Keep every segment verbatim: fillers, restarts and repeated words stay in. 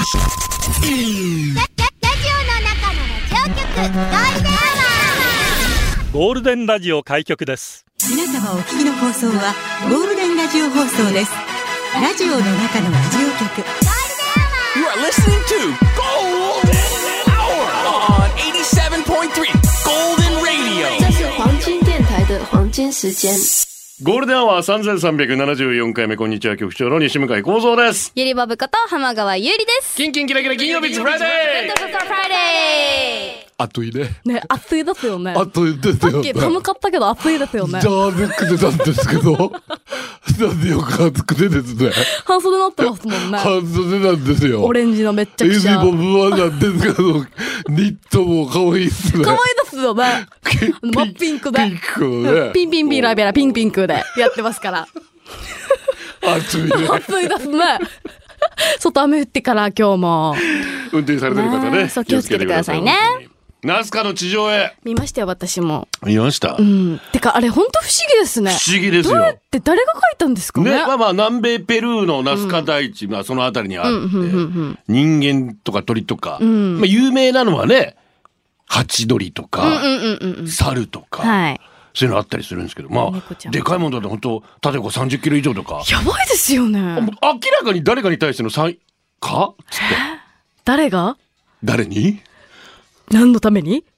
ゴールデンラジオ開局です。 皆様お聞きの放送はゴールデンラジオ放送です。ラジオの中のラジオ局 You are listening to Golden Hour on eighty-seven point three Golden Radio。 这是黄金電台的黄金時間。 ゴールデンアワーさんぜんさんびゃくななじゅうよんかいめ、こんにちは、局長の西向井光三です。 ゆりばぶこと浜川ゆりです。 キンキンキラキラ金曜日フライデー。 フライデー。 暑いね。 ね、暑いですよね。 暑いですよね。 さっき寒かったけど暑いですよね。 じゃあ暑くてたんですけど、なんでよく暑くてですね。 半袖なってますもんね。 半袖なんですよ。 オレンジのめっちゃくちゃ。 指もブワなんですけど、ニットも可愛いですね。 可愛いですよね。真っピンクで。 ピンクね。 ピンピンピンラベラピンピンクでやってますから。 暑いね。 暑いですね。外雨降ってから今日も。 運転されてる方ね。 そう、気をつけてくださいね。 ナスカの地上絵見ましたよ、私も。 見ました。 うん。てかあれ本当不思議ですね。 不思議ですよ。 どうやって誰が描いたんですかね。 ね、まあまあ南米ペルーのナスカ大地、うん、まあそのあたりにあって、うんうんうんうん、人間とか鳥とか、うん、まあ有名なのはね、ハチドリとか、うんうんうんうん、猿とか、はい、そういうのあったりするんですけど、まあでかいものだと本当縦横さんじゅっキロ以上とか。 やばいですよね。 明らかに誰かに対してのサインかつって。 誰が？ 誰に？ 何のために？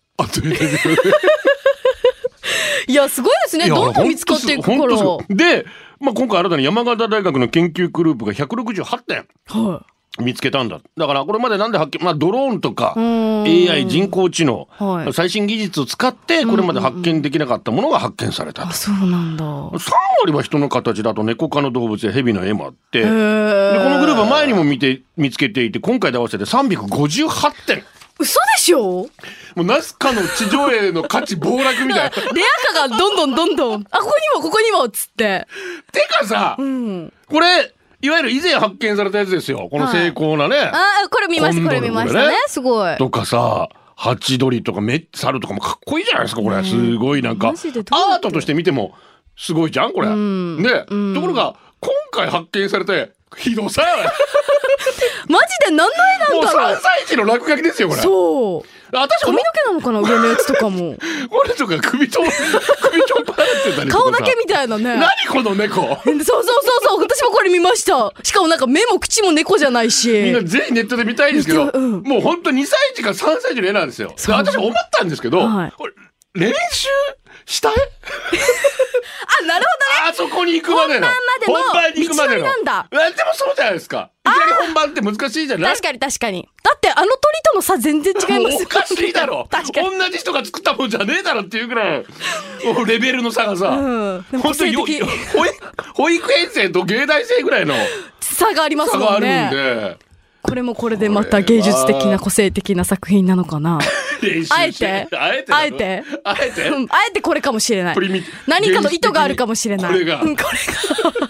いやすごいですね。どんどん見つかっていくからで、まあ、今回新たに山形大学の研究グループがひゃくろくじゅうはちてん、はい、見つけたんだ。だからこれまでなんで発見、まあ、ドローンとか エーアイ 人工知能、はい、最新技術を使ってこれまで発見できなかったものが発見されたと。 あ、そうなんだ。さん割は人の形だと猫科の動物や蛇の絵もあって、でこのグループは前にも見て見つけていて、今回で合わせてさんびゃくごじゅうはちてん。 嘘でしょ。 もうナスカの地上絵の価値暴落みたいな。レア価がどんどんどんどん、あ、ここにもここにもっつって。 てかさ、うん、これいわゆる以前発見されたやつですよ。この精巧なね。はい、 あ、これ見ました、これ見ましたね。すごい。 とかさ、ハチドリとかメサルとかもかっこいいじゃないですか。これすごいなんかアートとして見てもすごいじゃんこれ。うん、ね、うん、ところが今回発見されてひどさ。 マジで何の絵なんだろう。 もうさんさい児の落書きですよこれ。 そう。私髪の毛なのかな、上のやつとかも。 これとか首と首ちょんぱらってたりとか。 顔だけみたいなね。 何この猫。そうそうそうそう。私もこれ見ました。しかもなんか目も口も猫じゃないし。 みんなぜひネットで見たいんですけど、うん、もう本当にさい児かさんさい児の絵なんですよ。私思ったんですけど、はい、これ練習した絵。 あ、なるほどね。 あそこに行くまでの本番に行くまでの道のりなんだ。 でもそうじゃないですか。いきなり本番って難しいじゃない。 確かに確かに。だってあの鳥との差全然違います。 おかしいだろ。確かに同じ人が作ったもんじゃねえだろっていうぐらいレベルの差がさ、うん、本当に保育保育園生と芸大生ぐらいの差がありますもんね。 差があるんで、 これもこれでまた芸術的な個性的な作品なのかな。あえてあえてあえてあえて、 うん、あえてこれかもしれない。何かの意図があるかもしれない。 これが、 うん、これが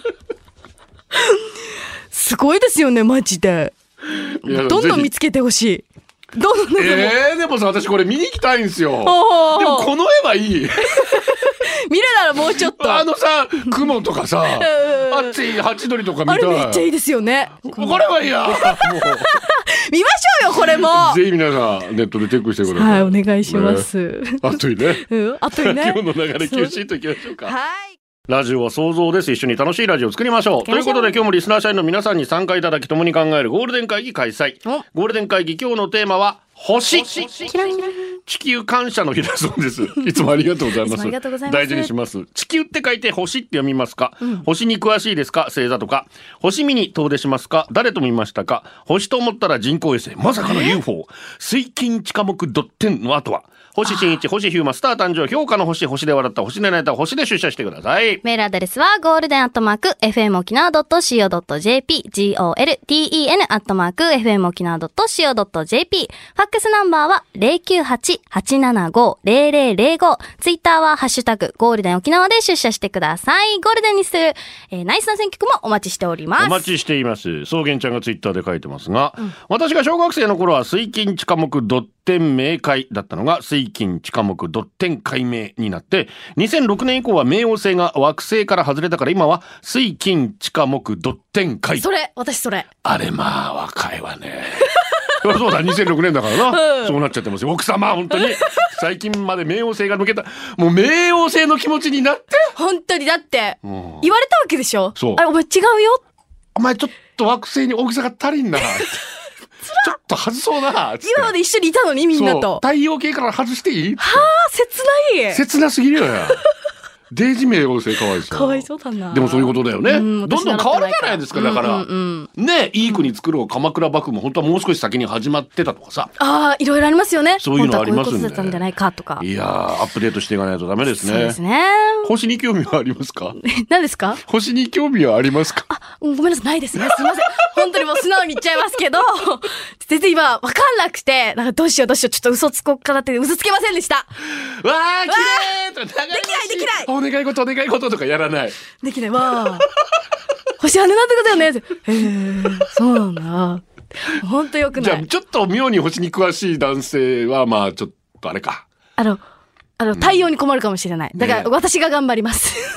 すごいですよねマジで。どんどん見つけてほしい。どんどんどんどん。 えー、でもさ私これ見に行きたいんですよ。でもこの絵はいい。 見るならもうちょっとあのさ雲とかさあっちハチドリとか見たい。 あれめっちゃいいですよね。 これはいいや。もう見ましょうよこれも。 ぜひ皆さんネットでチェックしてください。 はい、お願いします。 ね、あっといね。 うん、あっといね。 今日の流れ休止といきましょうか。 はい。 ラジオは想像です。一緒に楽しいラジオを作りましょう。ということで今日もリスナー社員の皆さんに参加いただき共に考えるゴールデン会議開催。ゴールデン会議今日のテーマは星。地球感謝の日だそうです。いつもありがとうございます。大事にします。地球って書いて星って読みますか、うん、星に詳しいですか星座とか。星見に遠出しますか。誰と見ましたか。星と思ったら人工衛星まさかの ユーフォー 水金地下木ドッテンの後は星新一、星ヒューマ、スター誕生、評価の星、星で笑った、星で泣いた、星で出社してください。 メールアドレスはゴールデンアットマーク エフエム 沖縄 ドット シーオー ドット ジェーピー ゴールデン アットマーク エフエム 沖縄 ドット シーオー ドット ジェーピー ファックスナンバーは ゼロきゅうはち星はちななごゼロゼロゼロご。ツイッターはハッシュタグゴールデン沖縄で出社してください。ゴールデンにする、えー、ナイスな選曲もお待ちしております。 お待ちしています。草原ちゃんがツイッターで書いてますが、うん、私が小学生の頃は水金地科目ドッテン明快だったのが水金地科目ドッテン解明になって、にせんろくねん以降は冥王星が惑星から外れたから今は水金地科目ドッテン解。 それ私それあれまあ若いわねそうだにせんろくねんだからな、うん、そうなっちゃってますよ奥様。本当に最近まで冥王星が抜けたもう冥王星の気持ちになって本当にだって、うん、言われたわけでしょ。 そうあれお前違うよ、 お前ちょっと惑星に大きさが足りんなちょっと外そうな今まで一緒にいたのにみんなと太陽系から外していい。 はあ切ない切なすぎるよやデイジ冥王星かわいそう。 かわいそうだな。 でもそういうことだよね。うん、どんどん変わるじゃないですか。だから、うんうんうん、ねいい国作ろう鎌倉幕府も本当はもう少し先に始まってたとかさ。 ああいろいろありますよね。 そういうのありますんで。 本当はこういうことだったんじゃないかとか。 いやーアップデートしていかないとダメですね。 そうですね。 星に興味はありますか。 何ですか。 星に興味はありますか。 あごめんなさいないですね。すみません。本当にもう素直に言っちゃいますけど全然今分かんなくてなんかどうしようどうしようちょっと嘘つこうかなって嘘つけませんでした。わー綺麗とできないできないお願い事お願い事とかやらないできないわ星あれなんてことだよね。へーそうなんだ本当よくない。 じゃあちょっと妙に星に詳しい男性はまあちょっとあれかあのあの対応に困るかもしれない、うん、だから私が頑張ります、ね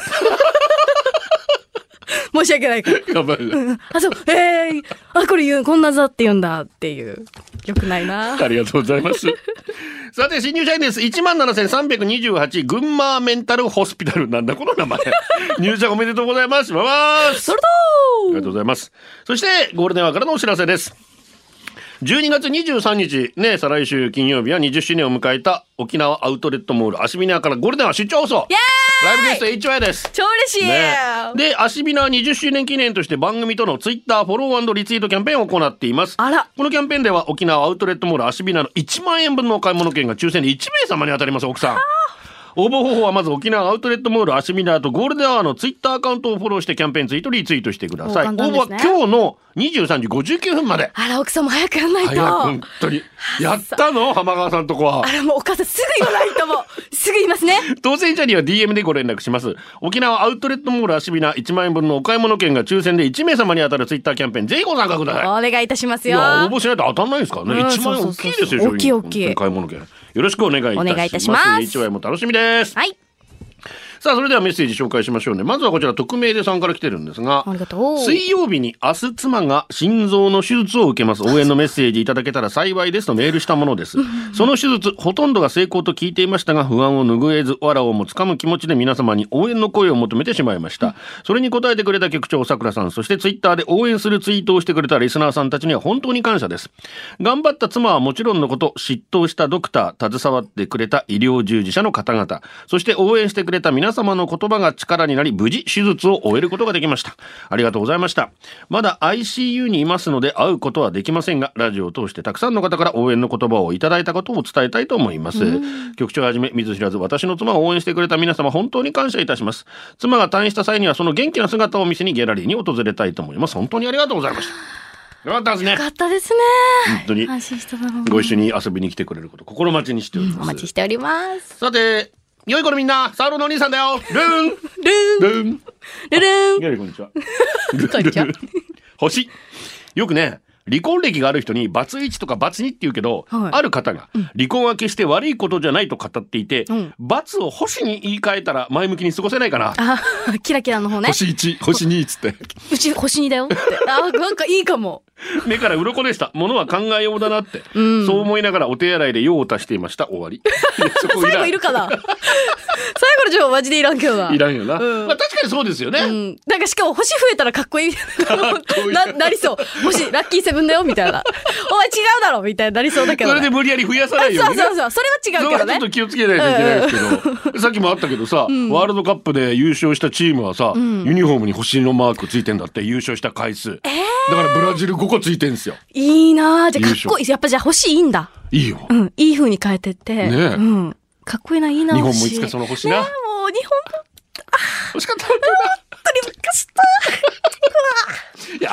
申し訳ないから頑張る、うん、あそうえー、あこれ言うこんなざって言うんだっていうよくないなありがとうございますさて新入社員です。 いちまんななせんさんびゃくにじゅうはち 群馬メンタルホスピタルなんだこの名前入社おめでとうございます。まますそれとありがとうございます。そしてゴールデンアワーからのお知らせです。じゅうにがつにじゅうさんにちね再来週金曜日はにじゅっしゅうねんを迎えた沖縄アウトレットモールアシビナからゴールデンは出張放送。 イエーイライブゲスト エイチワイ です。 超嬉しい、 ね、でアシビナにじゅっしゅうねん記念として番組とのツイッターフォロー&リツイートキャンペーンを行っています。 あらこのキャンペーンでは沖縄アウトレットモールアシビナのいちまんえんぶんのお買い物券が抽選でいちめいさまに当たります。奥さん応募方法はまず沖縄アウトレットモールアシビナとゴールデンアワーのツイッターアカウントをフォローしてキャンペーンツイートリツイートしてください。応募は今日のにじゅうさんじごじゅうきゅうふんまで。 あら奥さんも早くやんないと。 早く本当にやったの浜川さんとこは。 あらもうお母さんすぐ言わないともすぐ言いますね。 当選者には ディーエム でご連絡します。沖縄アウトレットモールアシビナいちまんえんぶんのお買い物券が抽選でいちめいさまに当たるツイッターキャンペーンぜひご参加ください。 お願いいたしますよ。 いや応募しないと当たんないですからね、うん、いちまんえん大きいですよ。 大きい大きい買い物券よろしくお願いいたします。 お願いいたします。 エイチワイ も楽しみです。 はいさあそれではメッセージ紹介しましょうね。まずはこちら匿名でさんから来てるんですが、 ありがとう。 水曜日に明日妻が心臓の手術を受けます。応援のメッセージいただけたら幸いですとメールしたものです。その手術ほとんどが成功と聞いていましたが不安を拭えず藁をもつかむ気持ちで皆様に応援の声を求めてしまいました。それに応えてくれた局長さくらさん、そしてツイッターで応援するツイートをしてくれたリスナーさんたちには本当に感謝です。頑張った妻はもちろんのこと、執刀したドクター、携わってくれた医療従事者の方々、そして応援してくれた皆様の言葉が力になり無事手術を終えることができました。ありがとうございました。まだ アイシーユー にいますので会うことはできませんが、ラジオを通してたくさんの方から応援の言葉をいただいたことを伝えたいと思います。局長はじめ見ず知らず私の妻を応援してくれた皆様本当に感謝いたします。妻が退院した際にはその元気な姿を見せにギャラリーに訪れたいと思います。本当にありがとうございました。よかったですね。 よかったですね。 本当に安心しただろう。 ご一緒に遊びに来てくれること心待ちにしております、うん、 お待ちしております。 さて良い子のみんな、サウロのお兄さんだよ。ルンルンルンルルンギャルこんにちは。 こんにちは。 星よくね離婚歴がある人にバツいちとかバツにって言うけど、はい、ある方が、うん、離婚は決して悪いことじゃないと語っていて、うん、バツを星に言い換えたら前向きに過ごせないかな。 あキラキラの方ね。 星いち星にっつってうち星にだよってあなんかいいかも。 目から鱗でした。ものは考えようだなって、うん、そう思いながらお手洗いで用を足していました。終わり。 そこい最後いるかな。最後の情報マジでいらんけどな。 いらんよな、うんまあ、確かにそうですよね、うん、 なんかしかも星増えたらかっこいいな, なりそう星ラッキーセブンだよみたいなお前違うだろみたいになりそうだけど、ね、 それで無理やり増やさないように、ね、 そうそうそうそれは違うけどね。 それはちょっと気をつけないといけないですけど、うん、さっきもあったけどさ、うん、ワールドカップで優勝したチームはさ、うん、ユニフォームに星のマークついてんだって。優勝した回数、えー、だからブラジルごこついてんすよ。 いいな。じゃあかっこいい。やっぱじゃあ星いいんだ。 いいよ、 うん、いい風に変えてってねえ、うん、かっこいいな。いいな。 日本もいつかその星な、ね、 もう日本欲しかった。本当に昔だ。 いや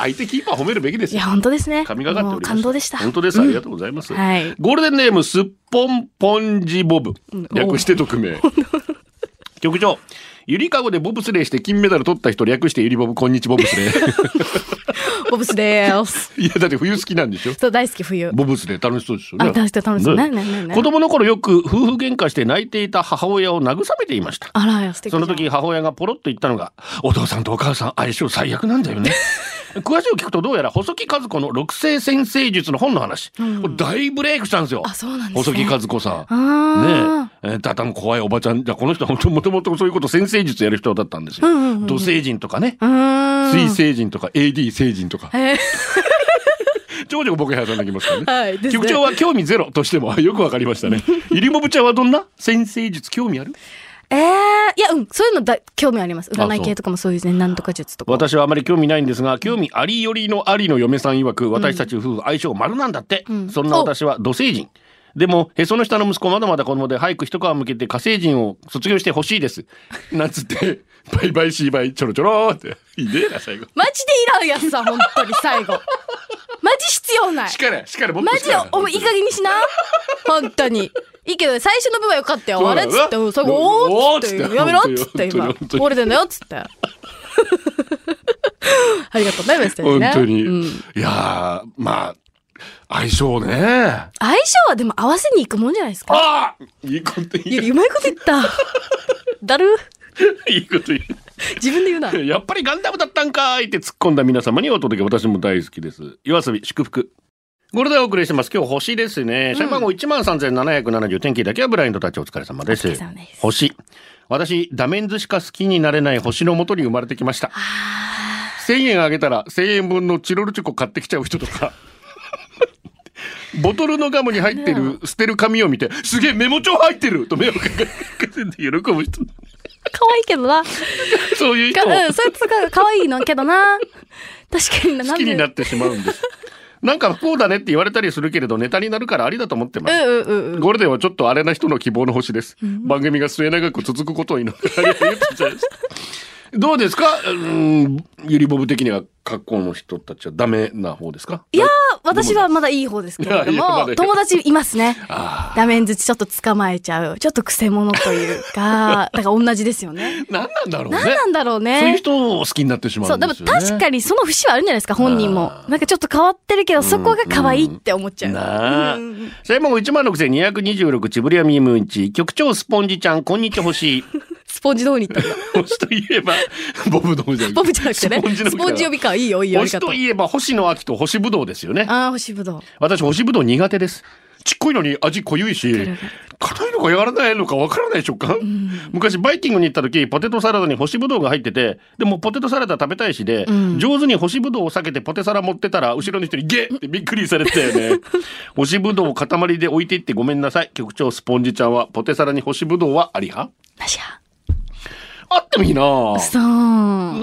相手キーパー褒めるべきですよ。 いや本当ですね。 神がかっておりました。 感動でした。 本当です、ありがとうございます、 うん、はい、 ゴールデンネームすっぽんぽんじボブ、略して匿名。局長、ゆりかごでボブスレーして金メダル取った人略してゆりボブ、こんにちボブスレー。 ボブスレーす。 いやだって冬好きなんでしょ。 そう大好き冬。 ボブスレー楽しそうですよね。 あ楽しそう楽しそうねねねね。 子供の頃よく夫婦喧嘩して泣いていた母親を慰めていました。 あら素敵。 その時母親がポロッと言ったのが、お父さんとお母さん相性最悪なんだよね。詳しいを聞くとどうやら細木数子の六星占星術の本の話、うん、大ブレイクしたんですよ。 あそうなんですね。 細木数子さんねえ、えー、ただの怖いおばちゃんじゃ、この人はもともとそういうこと占星術やる人だったんですよ、うんうんうん、土星人とかね、水星人とか エーディー 星人とか、えーちょこちょこボケ挟んできますからね、はい、ですね。局長は興味ゼロとしてもよくわかりましたね。ゆりもぶちゃんはどんな占星術興味ある？ えー、いや、うん、そういうのだ興味あります。占い系とかもそういうね、なんとか術とか。 私はあまり興味ないんですが、興味ありよりのありの嫁さん曰く、私たち夫婦相性丸なんだって、うん、そんな私は土星人。でもへその下の息子まだまだ子供で、早く一皮向けて火星人を卒業してほしいですなんつってバイバイシーバイちょろちょろっていいねな最後。 マジでいらんやつさ本当に最後マジ必要ない。 しかれしかれもっとマジでおいい加減にしな本当にいいけど最初の部分はよかったよ。あれっつって最後おーっつってやめろっつって今ゴールデンだよっつってありがとうねメッセージね。 本当に、うん、いやまあ相性ね。 相性はでも合わせに行くもんじゃないですか。 ああいいこと言う。 うまいこと言っただるいいこと言う。 自分で言うな。 やっぱりガンダムだったんかーいって突っ込んだ皆様にお届け、私も大好きです。夜遊び祝福ゴールデンお送りしてます。今日星ですね。社員番号いちまんさんぜんななひゃくななじゅう、天気だけはブラインドたちお疲れ様です。星、私ダメンズしか好きになれない星の元に生まれてきました。せんえんあげたらせんえんぶんのチロルチョコ買ってきちゃう人とかボトルのガムに入ってる捨てる紙を見て、すげえメモ帳入ってると目をかけて喜ぶ人。 可愛いけどな。 そういう人。 うん、そいつが可愛いのけどな。確かにな。 好きになってしまうんです。なんかこうだねって言われたりするけれどネタになるからありだと思ってます。うんうんうん、ゴールデンはちょっとあれな人の希望の星です。うん、番組が末永く続くことを祈ってありがとうございます。どうですか、うん、ゆりボブ的には格好の人たちはダメな方ですか？ いやー私はまだいい方ですけれども友達いますね。ダメンズちょっと捕まえちゃうちょっとクセ者というかだから同じですよね。 何なんだろうね。 何なんだろうね。 そういう人を好きになってしまうんですよね。 そうでも確かにその節はあるんじゃないですか本人も。なんかちょっと変わってるけどそこが可愛いって思っちゃう。なあ。 それもいちまんろくせんにひゃくにじゅうろくチブリアミームンチ局長スポンジちゃんこんにちは星。 スポンジどうに行ったんだ。 星といえばボブの方じゃなくてボブじゃなくてね。スポンジのスポンジ呼びかいいよいいよ。 星といえば星野秋と星ぶどうですよね。 ああ星ぶどう。 私星ぶどう苦手です。ちっこいのに味濃ゆいし硬いのかやらないのかわからない食感、うん、昔バイキングに行った時ポテトサラダに干しぶどうが入ってて、でもポテトサラダ食べたいしで、うん、上手に干しぶどうを避けてポテサラ持ってたら後ろの人にゲッってびっくりされてたよね。干しぶどうを塊で置いていってごめんなさい。局長スポンジちゃんはポテサラに干しぶどうはあり派？ なし派。 あってもいいな。 そう。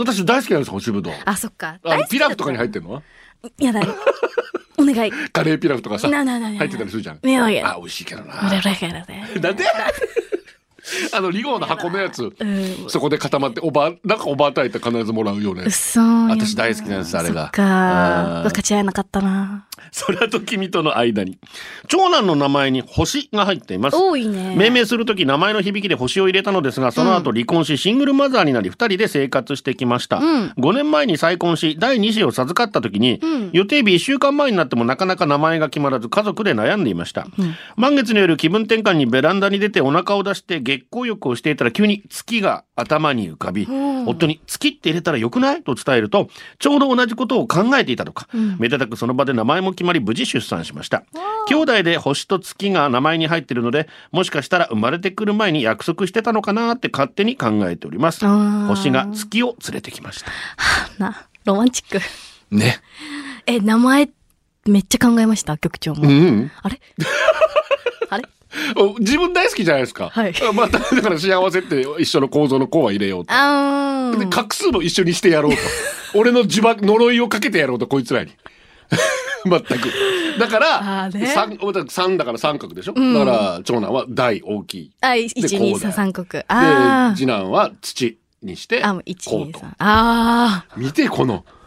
私大好きなんです干しぶどう。 あそっか。 あのピラフとかに入ってるのは？ いやだよ。お願い。 カレーピラフとかさなななな入ってたりするじゃん。 いやいやあ美味しいけどな。 なんであのリゴーの箱のやつ、うん、そこで固まっておばなんかおばあたいて必ずもらうよね。 そう私大好きなんですあれが。 そっか分かち合えなかったな。 それと君との間に長男の名前に星が入っています。 多いね。 命名するとき名前の響きで星を入れたのですが、その後離婚しシングルマザーになりふたりで生活してきました、うん、ごねんまえに再婚しだいに子を授かったときに、うん、予定日いっしゅうかんまえになってもなかなか名前が決まらず家族で悩んでいました、うん、満月の夜気分転換にベランダに出てお腹を出して月光浴をしていたら急に月が頭に浮かび、うん、夫に月って入れたらよくないと伝えるとちょうど同じことを考えていたとか、うん、めでたくその場で名前も決まり無事出産しました。兄弟で星と月が名前に入っているのでもしかしたら生まれてくる前に約束してたのかなって勝手に考えております。星が月を連れてきました。 はあ、なロマンチックね。 え名前めっちゃ考えました局長も、うん、あれあれ自分大好きじゃないですか、はい、まただから幸せって一緒の構造の項は入れようと、あで画数も一緒にしてやろうと俺の呪縛呪いをかけてやろうとこいつらに全くだから 3, さんだから三角でしょ、うん、だから長男は大大きいあいちにさ三角で次男は土にしてあいちにさんあ見てこの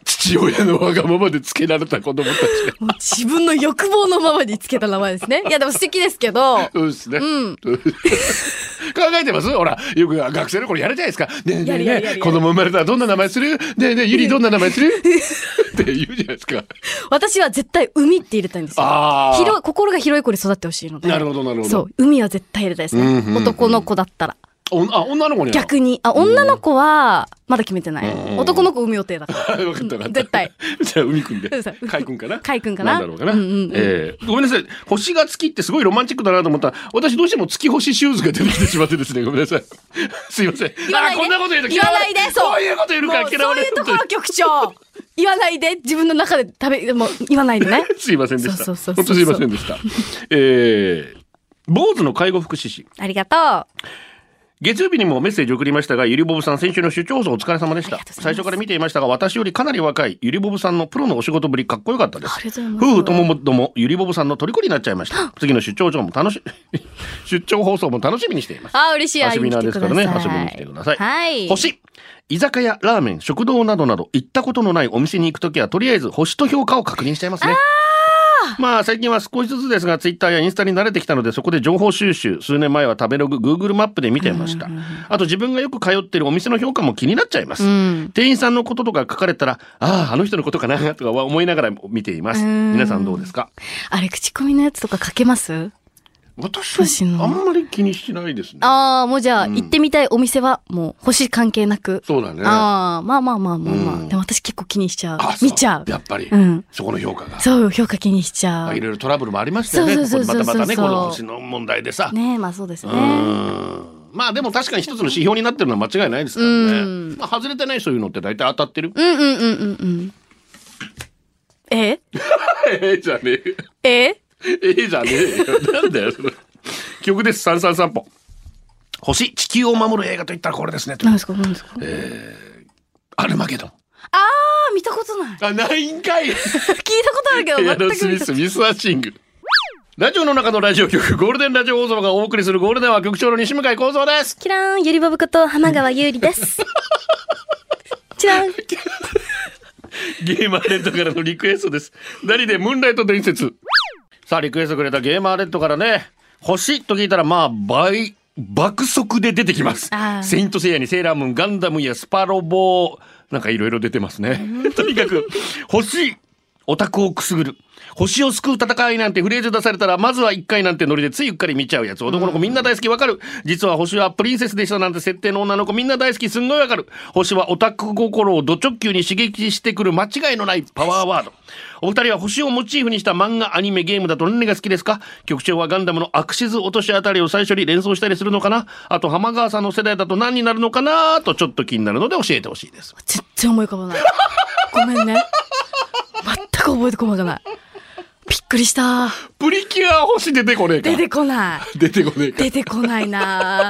父親のわがままでつけられた子供たちが。 もう自分の欲望のままにつけた名前ですね。いやでも素敵ですけど。 そうですね。 うん。 考えてます？ほら、よく学生の頃やるじゃないですか。ねえねえねえ、子供生まれたらどんな名前する？ねえねえ、ゆりどんな名前する？って言うじゃないですか。 私は絶対海って入れたいんですよ。 あー広い、心が広い子に育ってほしいので。 なるほどなるほど。 そう、海は絶対入れたいですね。 うんうんうん男の子だったら。 おあ女の子には逆に。あ、女の子は、まだ決めてない。 うん男の子海予定だから。 分かった分かった。 絶対。 じゃあ海くんで。 そう海くんかな。 海くんかな。 なんだろうかな。 うんうんうんえーごめんなさい。星が月ってすごいロマンチックだなと思ったら、私どうしても月星シューズが出てきてしまってですね。ごめんなさい。すいません。 言わないであこんなこと言うと言わないでそうそういうこと言うからもう嫌われる。 そういうところ局長言わないで自分の中で食べ、もう言わないでね。 すいませんでした。 そうそうそうそう本当すいませんでした。えー、坊主の介護福祉士。 ありがとう。 月曜日にもメッセージ送りましたが、ゆりぼぶさん先週の出張放送お疲れ様でした。最初から見ていましたが、私よりかなり若いゆりぼぶさんのプロのお仕事ぶりかっこよかったです。 ありがとうございます夫婦ともどもゆりぼぶさんの虜になっちゃいました。次の出張も楽し出張放送も楽しみにしています。 あ、嬉しい。 遊び名ですからね、遊会いに来てくださいびに来てください。 はい。 星。居酒屋、ラーメン、食堂などなど行ったことのないお店に行くときはとりあえず星と評価を確認しちゃいますね。まあ最近は少しずつですがツイッターやインスタに慣れてきたのでそこで情報収集、数年前は食べログ Google マップで見てました。あと自分がよく通っているお店の評価も気になっちゃいます。 うん店員さんのこととか書かれたらあああの人のことかなとか思いながら見ています。 うん皆さんどうですか？ あれ、口コミのやつとか書けます？ 私星のあんまり気にしないですね。 ああ、もうじゃあ、 うん行ってみたいお店はもう星関係なく。 そうだね。 ああ、まあまあまあまあまあ。 うんでも私結構気にしちゃうあ。そう見ちゃう。 やっぱり、 うんそこの評価が。 そう、評価気にしちゃう。 まあいろいろトラブルもありましたよね。 そうそうそうそうここでまたまたねそうこの星の問題でさ。 ねえ、まあそうですね。 うーんまあでも確かに一つの指標になってるのは間違いないですからうんね。まあ外れてないそういうのって大体当たってる。 うんうんうんうんうん。えええじゃねえ。 えええじゃねえよ。なんだよそれ。曲です。三三散歩。星地球を守る映画といったらこれですね。 何ですか何ですかアルマゲドン。 あー、見たことない。 あないんかい。 聞いたことあるけど、 エアロ全く見たスミスミス・アシング。ラジオの中のラジオ局ゴールデンラジオ放送がお送りするゴールデンは局長の西向井光三です。 キラーン、ゆりぼぶこと浜川優里です。チラン。 ゲーマーレッドからのリクエストです。ダリでムーンライト伝説。さあリクエストくれたゲーマーレッドからね、星と聞いたらまあ倍爆速で出てきます。 あーセイントセイヤにセーラームーン、ガンダムやスパロボなんかいろいろ出てますね。とにかく星オタクをくすぐる。星を救う戦いなんてフレーズ出されたらまずは一回なんてノリでついうっかり見ちゃうやつ。男の子みんな大好きわかる。実は星はプリンセスでしたなんて設定の女の子みんな大好きすんごいわかる。星はオタク心をド直球に刺激してくる間違いのないパワーワード。お二人は星をモチーフにした漫画、アニメ、ゲームだと何が好きですか？局長はガンダムのアクシズ落としあたりを最初に連想したりするのかな？あと浜川さんの世代だと何になるのかなとちょっと気になるので教えてほしいです。 全然思い浮かばない。ごめんね。全く覚えてこなかない。びっくりした。 プリキュア星出てこねえか。 出てこない。 出てこねえか。 出てこないな。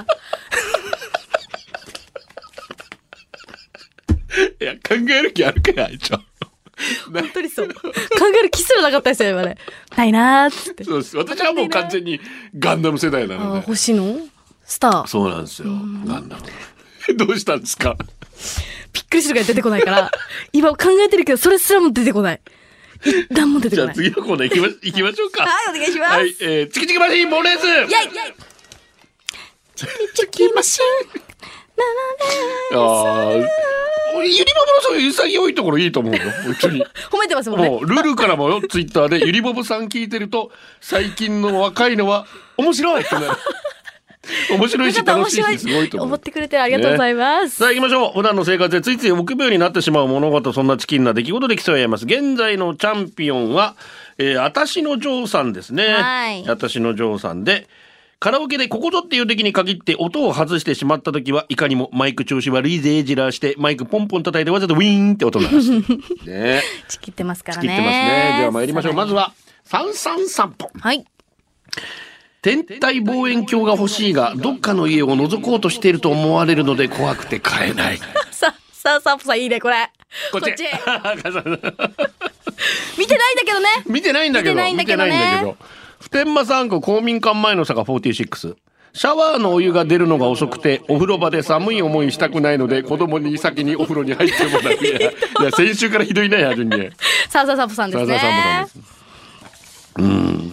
いや考える気あるかや一応。 本当にそう。考える気すらなかったですよ、今ね。ないなーっつって。 そうです。私はもう完全にガンダム世代なあー、 ので。 星のスター。 そうなんですよ。ガンダム。どうしたんですか？ びっくりするぐらい出てこないから、今考えてるけど、それすらも出てこない。一段も出てじゃあこない。 次のコーナー行きま行きましょうか。 はい、お願いします。 はい、えー、チキチキマシンボンレース。 イェイチキチキマシン。 ああ、ゆりままのそういう潔いところいいと思うよ。本当に。 褒めてますもんね。 もうルールからもよツイッターでゆりぼぶさん聞いてると最近の若いのは面白いってなる。面白いし楽しいしすごいと思う。 思ってくれてありがとうございます。 さあ行きましょう。普段の生活でついつい臆病になってしまう物事、そんなチキンな出来事で競い合います。現在のチャンピオンは、えー、あたしのジョーさんですね。 はいあたしのジョーさんで、カラオケでここぞっていう時に限って音を外してしまった時はいかにもマイク調子悪いぜじらしてマイクポンポン叩いてわざとウィーンって音鳴らす。ね。 ちきってますからね。 チキってますね。では参りましょう。まずは三三散歩。 はい。 天体望遠鏡が欲しいがどっかの家を覗こうとしていると思われるので怖くて買えない。 さ、さ、サンプさんいいね、これ。 こっち。 こっち見てないんだけどね。 見てないんだけど。 見てないんだけどね見てないんだけど普天間産区公民館前の坂よんじゅうろく。 シャワーのお湯が出るのが遅くてお風呂場で寒い思いしたくないので子供に先にお風呂に入ってもらう。いや、いや先週からひどいなや順に。 さあさあサボさんですね。 さあさあサボさんです。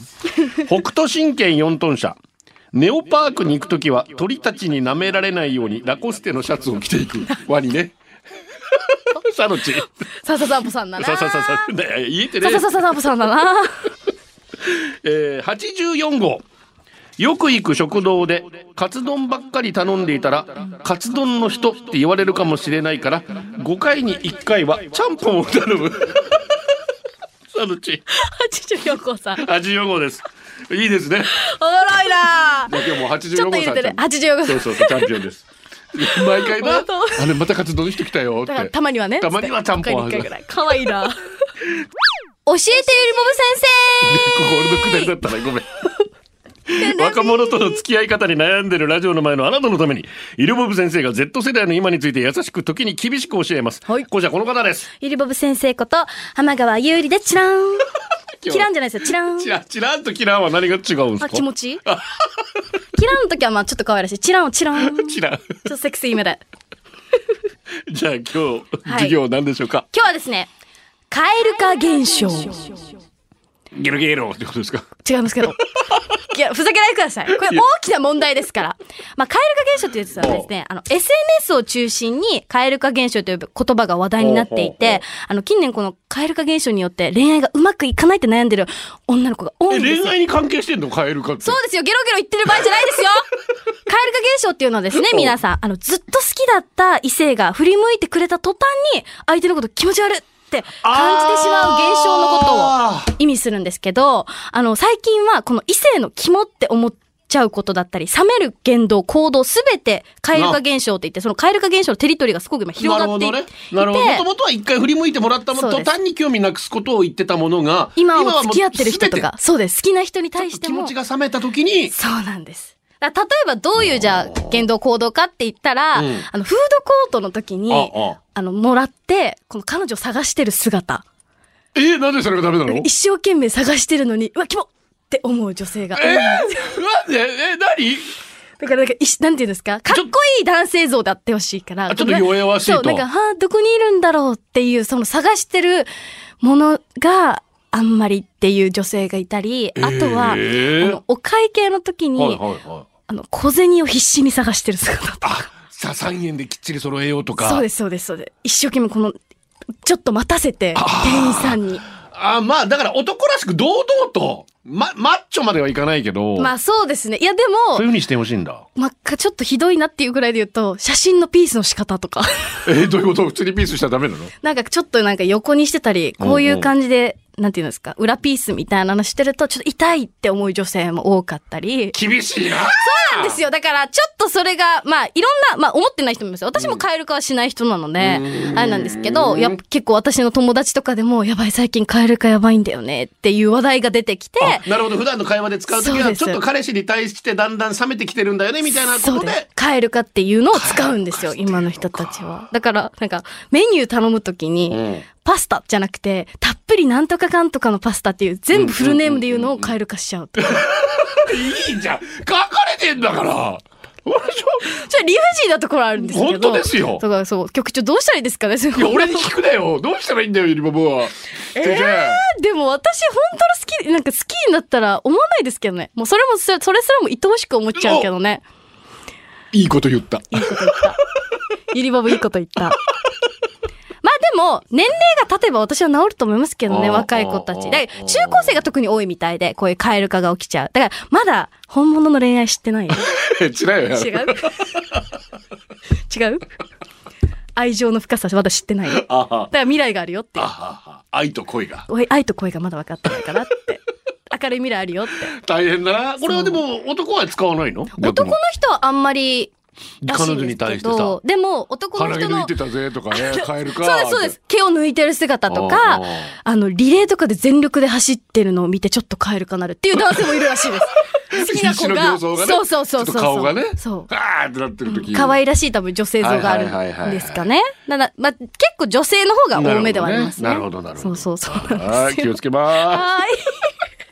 うん。北斗神拳よんトン車。ネオパークに行くときは鳥たちに舐められないようにラコステのシャツを着ていく。ワニね。サノチ。 さあさあサボさんだな。 さあさあさあさあ言えてね。 さあさあさあサボさんだな。 えー、はちじゅうよん号。よく行く食堂でカツ丼ばっかり頼んでいたらカツ丼の人って言われるかもしれないからごかいにいっかいはちゃんぽんを頼む。サノチ。 はちじゅうよん号さん。 はちじゅうよん号です。いいですね。 おもろいな。 今日もはちじゅうよん号さん。 ちょっと入れてね。はちじゅうよん号さん。 そうそうチャンピオンです。毎回な。あれまたカツ丼の人来たよって。 だからたまにはね。 たまにはちゃんぽん。 かわいいな。教えてゆりぼぶ先生。 ここ俺のくだりだったな、ごめん。若者との付き合い方に悩んでるラジオの前のあなたのためにゆりぼぶ先生が Z 世代の今について優しく時に厳しく教えます。はい、こちらこの方です。 ゆりぼぶ先生こと浜川優里でチラン。キランじゃないですよ、チラン。 チラチランとキランは何が違うんですか。 あ、気持ちいい。キランの時はまあちょっと可愛らしい。チランをチラン。 チラン。 ちょっとセクシーめで。 じゃあ今日、授業何でしょうか。 今日はですね、蛙化現象。 ゲロゲロってことですか。 違いますけど。いや、ふざけないでください。これ大きな問題ですから。まあ、蛙化現象というのはですね、あの、エスエヌエス を中心に蛙化現象という言葉が話題になっていて、あの、近年この蛙化現象によって恋愛がうまくいかないって悩んでる女の子が多いんですよ。 恋愛に関係してんの蛙化って。 そうですよ。ゲロゲロ言ってる場合じゃないですよ。蛙化現象っていうのはですね、皆さん、あの、ずっと好きだった異性が振り向いてくれた途端に相手のこと気持ち悪いって感じてしまう現象のことを意味するんですけど、あの、最近はこの異性の肝って思っちゃうことだったり、冷める言動、行動すべて蛙化現象って言って、その蛙化現象のテリトリーがすごく今広がっていて、 なるほどね。もともとは一回振り向いてもらったもの、途端に興味なくすことを言ってたものが、 今は付き合ってる人とか、そうです。好きな人に対しても気持ちが冷めた時に、 そうなんです。例えばどういうじゃあ言動行動かって言ったら、うん、あのフードコートの時にあああのもらってこの彼女を探してる姿。 えー、なんでそれがダメなの？ 一生懸命探してるのにうわキモって思う女性が。 えー、なんでえ何？ だからなんかなんていうんですか、かっこいい男性像であってほしいから。 ちょっと弱々しいと。 そうなんかはあどこにいるんだろうっていうその探してるものが。あんまりっていう女性がいたり、あとは、えー、あのお会計の時に、はいはいはい、あの小銭を必死に探してる姿とか。 あ、ささんえんできっちり揃えようとか。 そうですそうですそうです。一生懸命このちょっと待たせて店員さんに。 ああ、まあだから男らしく堂々と。ま、マッチョまではいかないけど。 まあそうですね。いやでも。 そういう風にしてほしいんだ。 まあ、ちょっとひどいなっていうぐらいで言うと、写真のピースの仕方とか。 えー、どういうこと？普通にピースしたらダメなの？ なんかちょっとなんか横にしてたり、こういう感じで、うんうん、なんていうんですか、裏ピースみたいなのしてると、ちょっと痛いって思う女性も多かったり。 厳しいな。 そうなんですよ。だから、ちょっとそれが、まあ、いろんな、まあ、思ってない人もいますよ。私も蛙化はしない人なので、うん、あれなんですけど、やっぱ結構私の友達とかでも、やばい、最近蛙化やばいんだよねっていう話題が出てきて。 なるほど、普段の会話で使うときは、ちょっと彼氏に対してだんだん冷めてきてるんだよね、みたいなことで。そうです。 蛙化っていうのを使うんですよ、今の人たちは。だから、なんか、メニュー頼むときに、うんパスタじゃなくて、たっぷりなんとかかんとかのパスタっていう、全部フルネームで言うのを蛙化しちゃう。 いいじゃん。書かれてんだから。じゃあ理不尽なところあるんですけど。 本当ですよ。 だからそう、局長どうしたらいいですかね。いや、俺に聞くなよ。どうしたらいいんだよ、ゆりぼぼは。 えー、でも私本当の好き、なんか好きになったら思わないですけどね。もうそれも、それすらも愛おしく思っちゃうけどね。 いいこと言った。 いいこと言った。ゆりぼぼいいこと言った。まあでも、年齢が経てば私は治ると思いますけどね、若い子たち。だから中高生が特に多いみたいで、こういう蛙化が起きちゃう。だから、まだ本物の恋愛知ってないよ。 違うよ。 違う違う愛情の深さまだ知ってないよ。だから未来があるよって。 愛と恋が。 愛と恋がまだ分かってないからって。明るい未来あるよって。 大変だな。これはでも男は使わないの？ 男の人はあんまり、彼女に対してさ、 でも男の人の鼻毛抜いてたぜとかね、蛙化そうですそうです。毛を抜いてる姿とか、あのリレーとかで全力で走ってるのを見てちょっと蛙化なるっていう男性もいるらしいです。好きな子が、そうそうそうそう、 顔がね、 そう、 あーってなってる時、 可愛らしい多分女性像があるんですかね。だからまあ結構女性の方が多めではありますね。 なるほどなるほど。 そうそうそう。 はい、気をつけます。はい。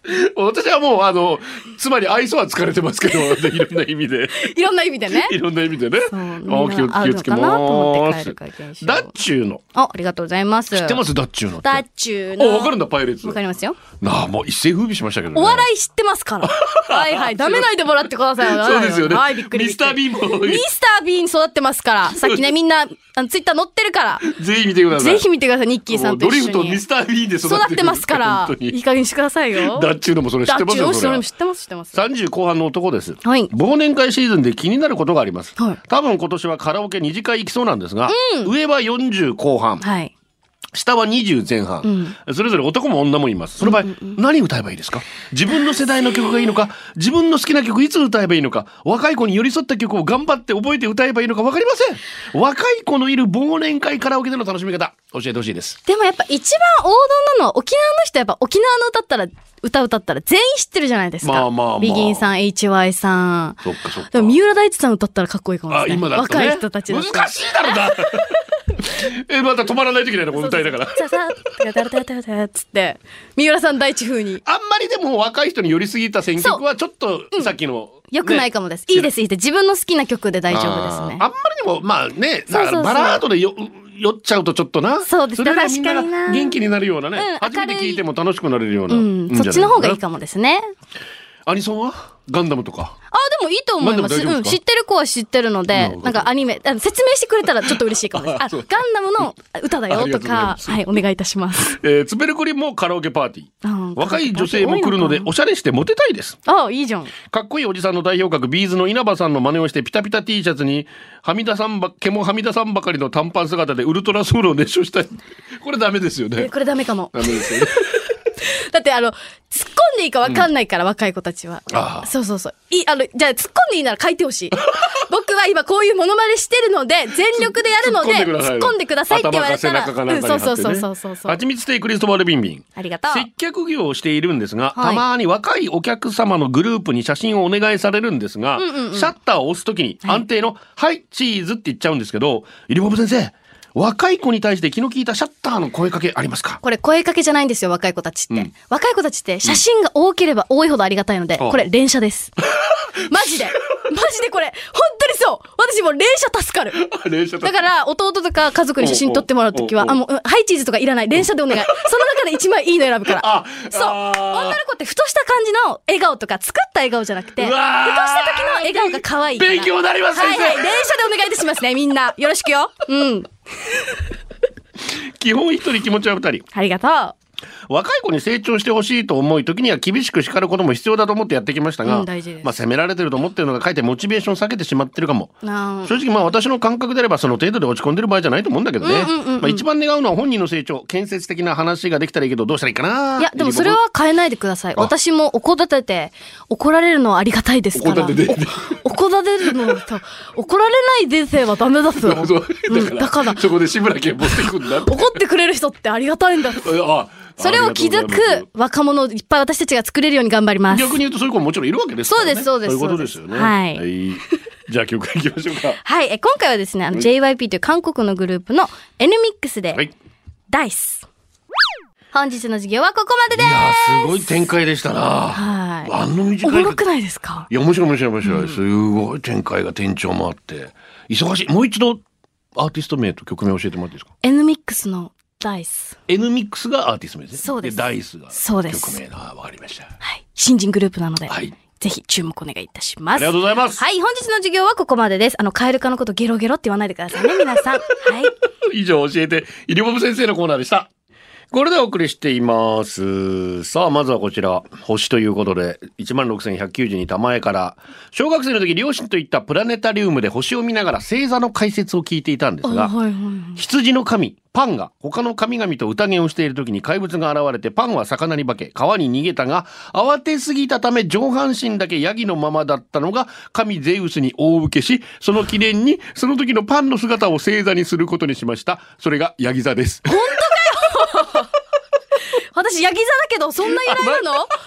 私はもうあのつまり愛想は疲れてますけどいろんな意味でいろんな意味でね。 いろんな意味でね。 そうあ気を気をつけまあるのかなと思ってす。 蛙化現象。 ダッチューのあ、ありがとうございます。 知ってますダッチューのって。 ダッチューの。 あわかるんだパイレーツ。 わかりますよ。 なあもう一世風靡しましたけどね。 お笑い知ってますから。はいはい。ダメないでもらってくださいよ。 そうですよね。 はい、びっくりびっくり。 ミスタービーンもミスタービーン育ってますから。さっきね、みんな、あの、ツイッター載ってるから。 ぜひ見てください。 ぜひ見てください、ニッキーさんと一緒に。 ドリフとミスタービーンで育ってる。 育ってますから。いい加減にしてくださいよ。 ダッチューのもそれ知ってますよ。 ダッチューのそれも知ってます、知ってます。 さんじゅう後半の男です。 はい。 忘年会シーズンで気になることがあります。 はい。 多分今年はカラオケに次会行きそうなんですが、うん、上はよんじゅう後半。 はい。 下はにじゅう前半、うん、それぞれ男も女もいます。その場合、うんうんうん、何歌えばいいですか？自分の世代の曲がいいのか、自分の好きな曲いつ歌えばいいのか、若い子に寄り添った曲を頑張って覚えて歌えばいいのか分かりません。若い子のいる忘年会カラオケでの楽しみ方教えてほしいです。 でもやっぱ一番王道なのは沖縄の人はやっぱ沖縄の歌ったら歌歌ったら全員知ってるじゃないですか。 まあまあまあ。 ビギンさん、エイチワイ さん。 そっかそっか。 でも三浦大知さん歌ったらかっこいいかもしれない。 あ、今だったね。 若い人たちだったら。 難しいだろうな。え、また止まらないといけないのこの歌いながら。 さあさあ、タタタタタつって、三浦さん大知風に。 あんまりでも若い人に寄りすぎた選曲はちょっとさっきの、 うん、よくないかもです。いいです、いいです。自分の好きな曲で大丈夫ですね。 あんまりにも、まあね、だからバラードでよ、酔っちゃうとちょっとな。 そうですね。 それでみんなが元気になるようなね。うん、初めて聞いても楽しくなれるような。 うん、そっちの方がいいかもですね。 アニソンはガンダムとか。 あ、でもいいと思います。うん、知ってる子は知ってるので、なんかアニメ、あの説明してくれたらちょっと嬉しいかもです。あ、ガンダムの歌だよとか、はい、お願いいたします。 えー、ツベルコリンもカラオケパーティー。若い女性も来るので、おしゃれしてモテたいです。 あ、いいじゃん。 かっこいいおじさんの代表格、ビーズの稲葉さんの真似をして、ピタピタ T シャツに、はみ出さんば、毛もはみ出さんばかりの短パン姿でウルトラソウルを熱唱したい。これダメですよね。 これダメかも。 ダメですよね。 だってあの、突っ込んでいいか分かんないから、うん、若い子たちは。ああそうそうそう。いい、あの、じゃあ突っ込んでいいなら書いてほしい。僕は今こういうモノマネしてるので、全力でやるので、突っ込んでくださいって言われたら。うん、そうそうそうそうそうそう。 はちみつ亭クリストバルビンビン。 ありがとう。 接客業をしているんですが、はい、たまに若いお客様のグループに写真をお願いされるんですが、うんうんうん、シャッターを押すときに安定の、はい、はい、チーズって言っちゃうんですけど、イリボブ先生、若い子に対して気の利いたシャッターの声かけありますか？ これ声かけじゃないんですよ、若い子たちって。うん、若い子たちって写真が多ければ多いほどありがたいので、うん、これ連写です。マジで。マジでこれ、本当にそう。私もう連写助かる。 連写だから弟とか家族に写真撮ってもらうときは、あ、もう、ハイチーズとかいらない。連写でお願い。その中で一枚いいの選ぶから。あ、そう。女の子ってふとした感じの笑顔とか、作った笑顔じゃなくて、ふとした時の笑顔が可愛いから。 勉強になります、 はいはい。連写でお願いいたしますね、みんな。よろしくよ。うん。 基本一人気持ちは二人。 ありがとう。 若い子に成長してほしいと思い時には厳しく叱ることも必要だと思ってやってきましたが、うん、大事です。まあ責められてると思ってるのがかえってモチベーションを下げてしまってるかも。正直まあ私の感覚であればその程度で落ち込んでる場合じゃないと思うんだけどね、うんうんうんうん、まあ、一番願うのは本人の成長、建設的な話ができたらいいけどどうしたらいいかな。いやでもそれは変えないでください。私も怒立てて怒られるのはありがたいですから。怒立てて怒立てるのと怒られないでせばダメだっすよ。 だからそこで志村けん持ってくんだって。 怒ってくれる人ってありがたいんだっす。あそれを気づく若者をいっぱい私たちが作れるように頑張ります。 逆に言うとそういう子ももちろんいるわけですからね。 そうですそうです。 そういうことですよね。 はい。 はい、じゃあ曲いきましょうか。 はい。え今回はですね、あの ジェイワイピー という韓国のグループの N ミックスで、はい、ダイス。本日の授業はここまでです。いやすごい展開でしたな。はい。あの短い。 おもろくないですか？ いや面白い面白い面白い、うん、すごい展開が転調もあって忙しい。もう一度アーティスト名と曲名教えてもらっていいですか？ N ミックスのダイス。 N ミックスがアーティスト名ですね。 そうです。 でダイスが曲名な。わかりました。 はい。新人グループなので、はい、ぜひ注目お願いいたします。 ありがとうございます。 はい、本日の授業はここまでです。あのカエル化のことゲロゲロって言わないでくださいね、皆さん。はい。 以上教えてイリボブ先生のコーナーでした。これでお送りしています。さあまずはこちら星ということで いちまんろくせんひゃくきゅうじゅうに玉江から小学生の時両親と行ったプラネタリウムで星を見ながら星座の解説を聞いていたんですが、はいはいはい、羊の神パンが他の神々と宴をしている時に怪物が現れてパンは魚に化け川に逃げたが慌てすぎたため上半身だけヤギのままだったのが神ゼウスに大受けしその記念にその時のパンの姿を星座にすることにしました。それがヤギ座です。 本当かよ私ヤギ座だけどそんな由来なの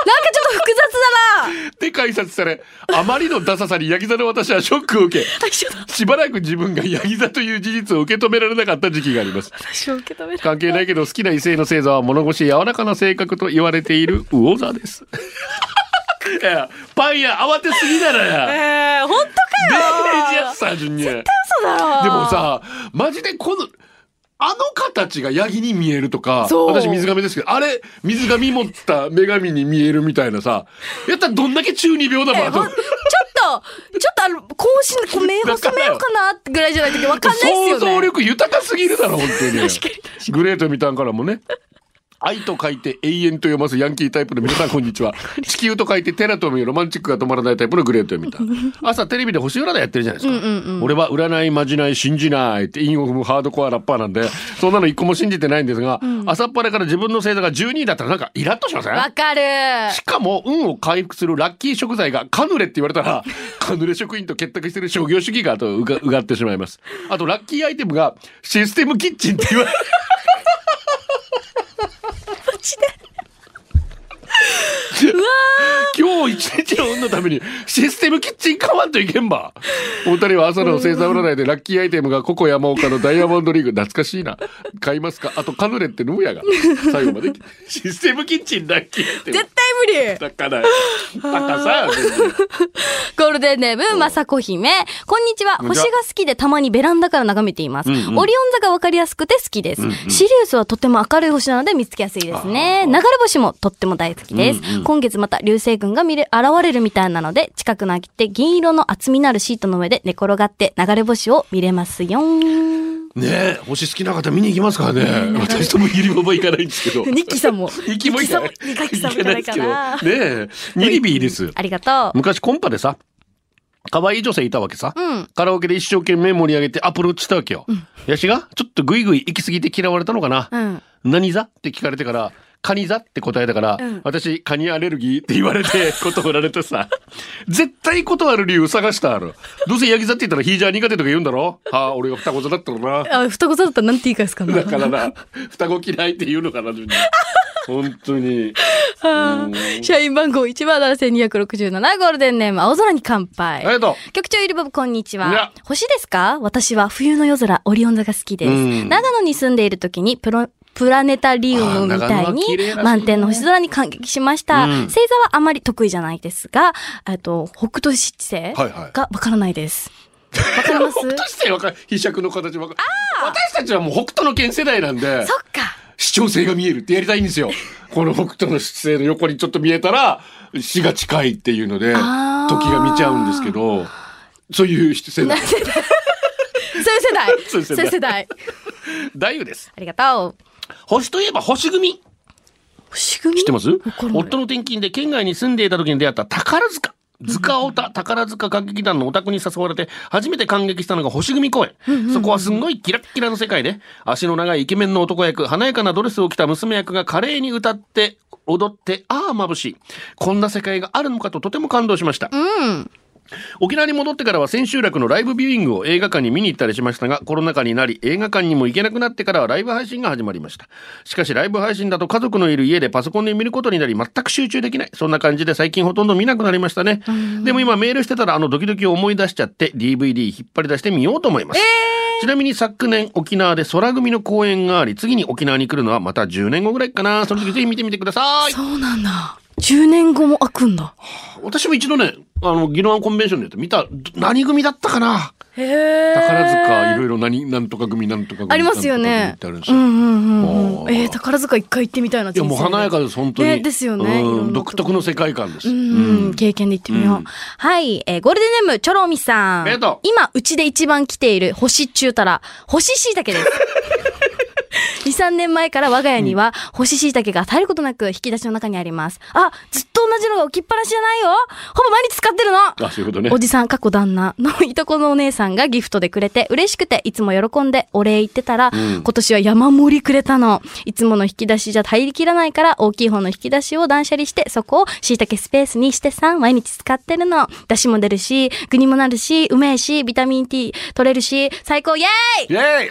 と複雑だな。 で解説され、あまりのダサさにヤギ座の私はショックを受け、しばらく自分がヤギ座という事実を受け止められなかった時期があります。 私は受け止められない。 関係ないけど好きな異性の星座は物腰柔らかな性格と言われている魚座です。いやパン屋慌てすぎだろや。 えー、本当かよ。 デージやつさ順に。 絶対嘘だろ。 でもさ、マジでこのあの形がヤギに見えるとか、 そう私水亀ですけど、あれ水亀持った女神に見えるみたいなさ、やったらどんだけ中二病だもん。 ちょっとちょっとあの更新こう目細めようかなってぐらいじゃないとわかんないですよね。 想像力豊かすぎるだろ本当に。 確かにグレートみたんからもね。愛と書いて永遠と読ますヤンキータイプの皆さんこんにちは。地球と書いてテラと見ロマンチックが止まらないタイプのグレートみたん。朝テレビで星占いやってるじゃないですか。うんうんうん、俺は占いまじない信じないって韻を踏むハードコアラッパーなんで、そんなの一個も信じてないんですが、うん、朝っぱらから自分の星座がじゅうにいだったらなんかイラッとしません？ わかる。 しかも運を回復するラッキー食材がカヌレって言われたらカヌレ職員と結託してる商業主義がとうがうがってしまいます。あとラッキーアイテムがシステムキッチンって言われうわ今日一日の運のためにシステムキッチン買わんといけんば。お二人は朝の星座占いでラッキーアイテムがココ山岡のダイヤモンドリーグ懐かしいな買いますか。あとカヌレって飲むやが最後までシステムキッチンラッキーアイテム絶対無理だから高さゴールデンネームまさこ姫こんにちは。星が好きでたまにベランダから眺めています、うんうん、オリオン座が分かりやすくて好きです、うんうん、シリウスはとても明るい星なので見つけやすいですね。流れ星もとっても大好きです、うんうん、今月また流星群が見れ現れるみたいなので近くなって銀色の厚みのあるシートの上で寝転がって流れ星を見れますよ。 ねえ星好きな方見に行きますからね。私ともゆりばば行かないんですけどニッキーさんもニッキーも行かない。 ニッキーさんも行かないかな。 ねえニリビーです。 ありがとう。 昔コンパでさ可愛い女性いたわけさ、うん、カラオケで一生懸命盛り上げてアプローチしたわけよ、うん、やしがちょっとグイグイ行き過ぎて嫌われたのかな、うん、何座って聞かれてからカニ座って答えたから、うん、私カニアレルギーって言われて断られてさ絶対断る理由探したある。どうせヤギ座って言ったらヒージャー苦手とか言うんだろ。はあ俺が双子座だったのな。 あ双子座だったらなんて言い返すかな。 だからな双子嫌いって言うのかな本当に。 社員番号いちばんななせんにひゃくろくじゅうななゴールデンネーム青空に乾杯。 ありがとう。 局長ゆりばぶこんにちは。星ですか？私は冬の夜空オリオン座が好きです。長野に住んでいる時にプロプラネタリウムみたいに満天の星空に感激しました、うん、星座はあまり得意じゃないですが、えっと北斗七星がわからないです。わかります？ 北斗七星わかる。被釈の形わかる。私たちはもう北斗の拳世代なんで。 そっか。 視聴性が見えるってやりたいんですよ。この北斗の七星の横にちょっと見えたら死が近いっていうので時が見ちゃうんですけど、そういう世代。そういう世代。そういう世代。 大夫です。 ありがとう。 星といえば星組。 星組知ってます？夫の転勤で県外に住んでいた時に出会った宝塚。塚オタ宝塚歌劇団のお宅に誘われて初めて感激したのが星組公演、うんうんうん、そこはすんごいキラッキラの世界で足の長いイケメンの男役華やかなドレスを着た娘役が華麗に歌って踊ってああ眩しいこんな世界があるのかととても感動しました、うん沖縄に戻ってからは千秋楽のライブビューイングを映画館に見に行ったりしましたがコロナ禍になり映画館にも行けなくなってからはライブ配信が始まりました。しかしライブ配信だと家族のいる家でパソコンで見ることになり全く集中できない。そんな感じで最近ほとんど見なくなりましたね。でも今メールしてたらあのドキドキを思い出しちゃって ディーブイディー 引っ張り出してみようと思います、えー、ちなみに昨年沖縄で空組の公演があり次に沖縄に来るのはまたじゅうねんごぐらいかな。その時ぜひ見てみてください。 そうなんだ。じゅうねんごも開くんだ。 私も一度ねあの宜野湾コンベンションで見た何組だったかな。 へー宝塚いろいろ何なんとか組なんとか組ありますよね。 あるんですよ。 うんうんうん、えー、宝塚一回行ってみたいな。 いやもう華やかです本当に、 ね、ですよね、 うん、独特の世界観です。 うん、うん、経験で行ってみよう、うん、はい、えー、ゴールデンネームチョロミさん。今うちで一番来ている星中たら干し椎茸ですに、さんねんまえから我が家には干し椎茸が絶えることなく引き出しの中にあります。あ、ずっと同じのが置きっぱなしじゃないよ。ほぼ毎日使ってるの。 あ、そういうことね。 おじさん過去旦那のいとこのお姉さんがギフトでくれて嬉しくていつも喜んでお礼言ってたら、うん、今年は山盛りくれたの。いつもの引き出しじゃ入りきらないから大きい方の引き出しを断捨離してそこを椎茸スペースにしてさ毎日使ってるの。出汁も出るし具にもなるしうめえしビタミン T 取れるし最高イエーイイエーイ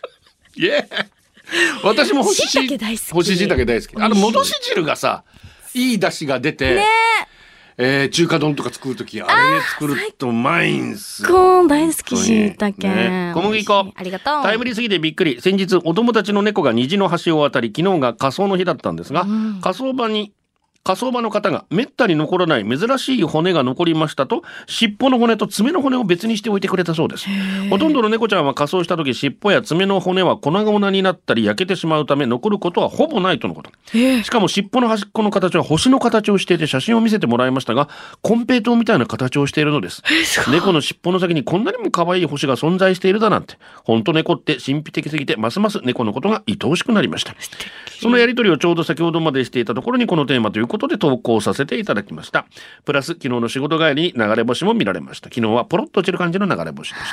イエーイ私も干し椎茸大好き。干し椎茸大好き。あの戻し汁がさいい出汁が出て、 ねえー、中華丼とか作るときあれで作るとうまいんすよ。 コーン大好きしいたけ、 ね、小麦粉ありがとう。 タイムリーすぎてびっくり。先日お友達の猫が虹の橋を渡り、昨日が火葬の日だったんですが、うん、火葬場に火葬場の方がめったに残らない珍しい骨が残りましたと、尻尾の骨と爪の骨を別にしておいてくれたそうです。ほとんどの猫ちゃんは火葬した時、尻尾や爪の骨は粉々になったり焼けてしまうため残ることはほぼないとのこと。しかも尻尾の端っこの形は星の形をしていて、写真を見せてもらいましたが、コンペイトウみたいな形をしているのです。猫の尻尾の先にこんなにも可愛い星が存在しているだなんて、ほんと猫って神秘的すぎて、ますます猫のことが愛おしくなりました。そのやりとりをちょうど先ほどまでしていたところに、このテーマということで投稿させていただきました。プラス昨日の仕事帰りに流れ星も見られました。昨日はポロッと落ちる感じの流れ星でした。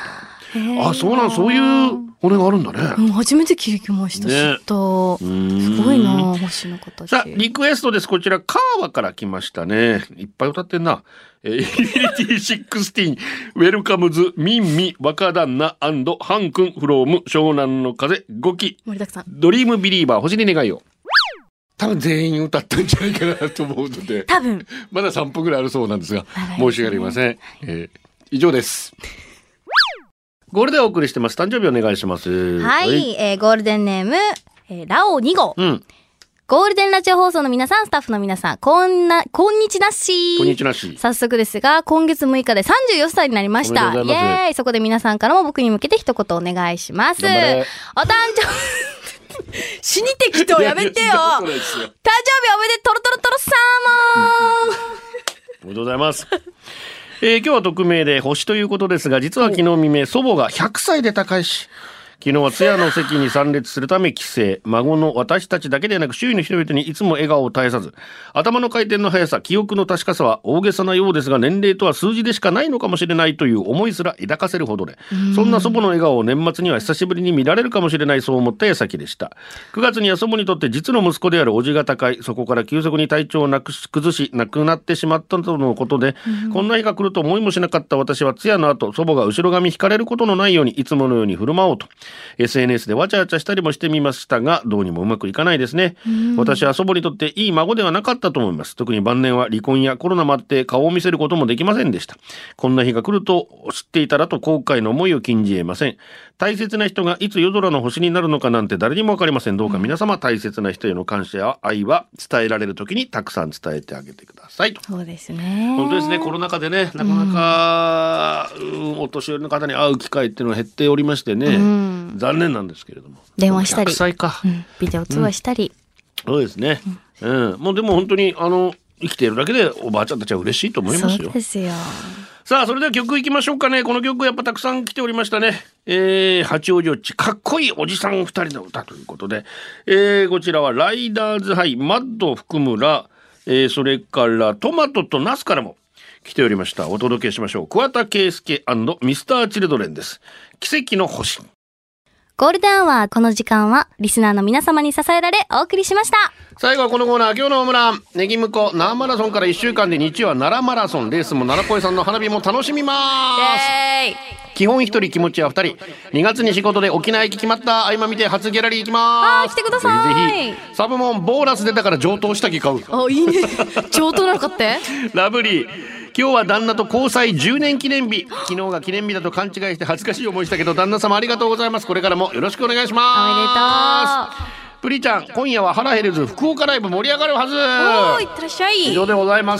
あ、そうなん、そういう骨があるんだね。 うん、初めて聞きました。ね、知った。すごいな、星の形。 さあ、リクエストです。こちらカーワから来ましたね。いっぱい歌ってんな。えー、インフィニティじゅうろく、ウェルカムズ、ミンミ、若旦那&ハン君、フローム、湘南の風、ごき、 盛りだくさん、 ドリームビリーバー、星に願いを。多分全員歌ったんじゃないかなと思うので、 多分まださんぷんぐらいあるそうなんですが、申し訳ありません。えー、以上です。ゴールデンお送りしてます。誕生日お願いします。 はい、はい、えー、ゴールデンネーム、えー、ラオに号、うん、ゴールデンラジオ放送の皆さん、スタッフの皆さん、こんなこんにちなっしー。 こんにちなっしー。 早速ですが、今月むいかでさんじゅうよっさいになりました。イエーイ。そこで皆さんからも僕に向けて一言お願いします。お誕生死に適当やめてよ。誕生日おめでとろとろとろサーモン。 おめでとうございます。えー、今日は匿名で星ということですが、実は昨日未明祖母がひゃくさいで他界し、昨日は通夜の席に参列するため帰省。孫の私たちだけでなく周囲の人々にいつも笑顔を絶やさず、頭の回転の速さ、記憶の確かさは大げさなようですが、年齢とは数字でしかないのかもしれないという思いすら抱かせるほどで、そんな祖母の笑顔を年末には久しぶりに見られるかもしれない、そう思った矢先でした。くがつには祖母にとって実の息子である叔父が他界、そこから急速に体調をなくし崩し亡くなってしまったとのことで、こんな日が来ると思いもしなかった私は通夜の後、祖母が後ろ髪引かれることのないようにいつものように振る舞おうと エスエヌエス でわちゃわちゃしたりもしてみましたが、どうにもうまくいかないですね。私は祖母にとっていい孫ではなかったと思います。特に晩年は離婚やコロナもあって顔を見せることもできませんでした。こんな日が来ると知っていたらと後悔の思いを禁じ得ません。大切な人がいつ夜空の星になるのかなんて誰にもわかりません。どうか皆様、大切な人への感謝や愛は伝えられる時にたくさん伝えてあげてくださいと。 そうですね。 本当ですね。コロナ禍でね、なかなか、うん、お年寄りの方に会う機会っていうのは減っておりましてね、うん、残念なんですけれども、 電話したり、 ひゃくさいか、 うん、ビデオ通話したり、 うん、そうですね、うんうん、もうでも本当にあの生きているだけでおばあちゃんたちは嬉しいと思いますよ。 そうですよ。 さあ、それでは曲いきましょうかね。この曲やっぱたくさん来ておりましたね。えー、八王子よっちかっこいいおじさん二人の歌ということで、えー、こちらはライダーズハイ、マッド福村、えー、それからトマトとナスからも来ておりました。お届けしましょう。桑田佳祐&ミスターチルドレンです。奇跡の星。 ゴールデンアワー、この時間はリスナーの皆様に支えられお送りしました。 最後はこのコーナー、今日のホームラン、ネギムコ奈良マラソンからいっしゅうかんで日曜は奈良マラソン、レースも奈良越さんの花火も楽しみます。基本一人気持ちは二人。にがつに仕事で沖縄行き決まった。合間見て初ギャラリー行きます。 あー、来てください。 ぜひぜひ。サブモンボーナス出たから上等下着買う。 あ、いいね。上等なのかってラブリー、今日は旦那と交際じゅうねん記念日。昨日が記念日だと勘違いして恥ずかしい思いしたけど、旦那様ありがとうございます。これからもよろしくお願いします。 おめでとう。 プリちゃん、今夜はハラヘルズ福岡ライブ盛り上がるはず。 おー、いってらっしゃい。 以上でございます。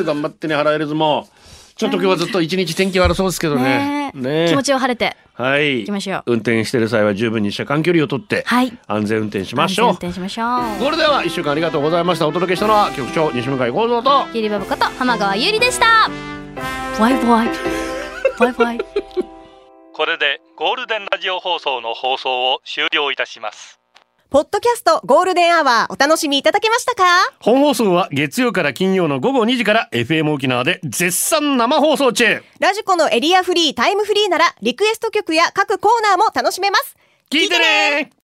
頑張ってね、ハラヘルズも。ちょっと今日はずっと一日天気悪そうですけどね。 ねね、気持ちを晴れて。 はい。 行きましょう。 運転してる際は十分に車間距離をとって、はい、安全運転しましょう。 安全運転しましょう。 これではいっしゅうかんありがとうございました。お届けしたのは局長西向井幸三とゆりばぶこと浜川ゆりでした。 バイバイ。バイバイ。 これでゴールデンラジオ放送の放送を終了いたします。 ポッドキャストゴールデンアワーお楽しみいただけましたか？ 本放送は月曜から金曜のごごにじから エフエム 沖縄で絶賛生放送中。 ラジコのエリアフリータイムフリーならリクエスト曲や各コーナーも楽しめます。 聞いてね。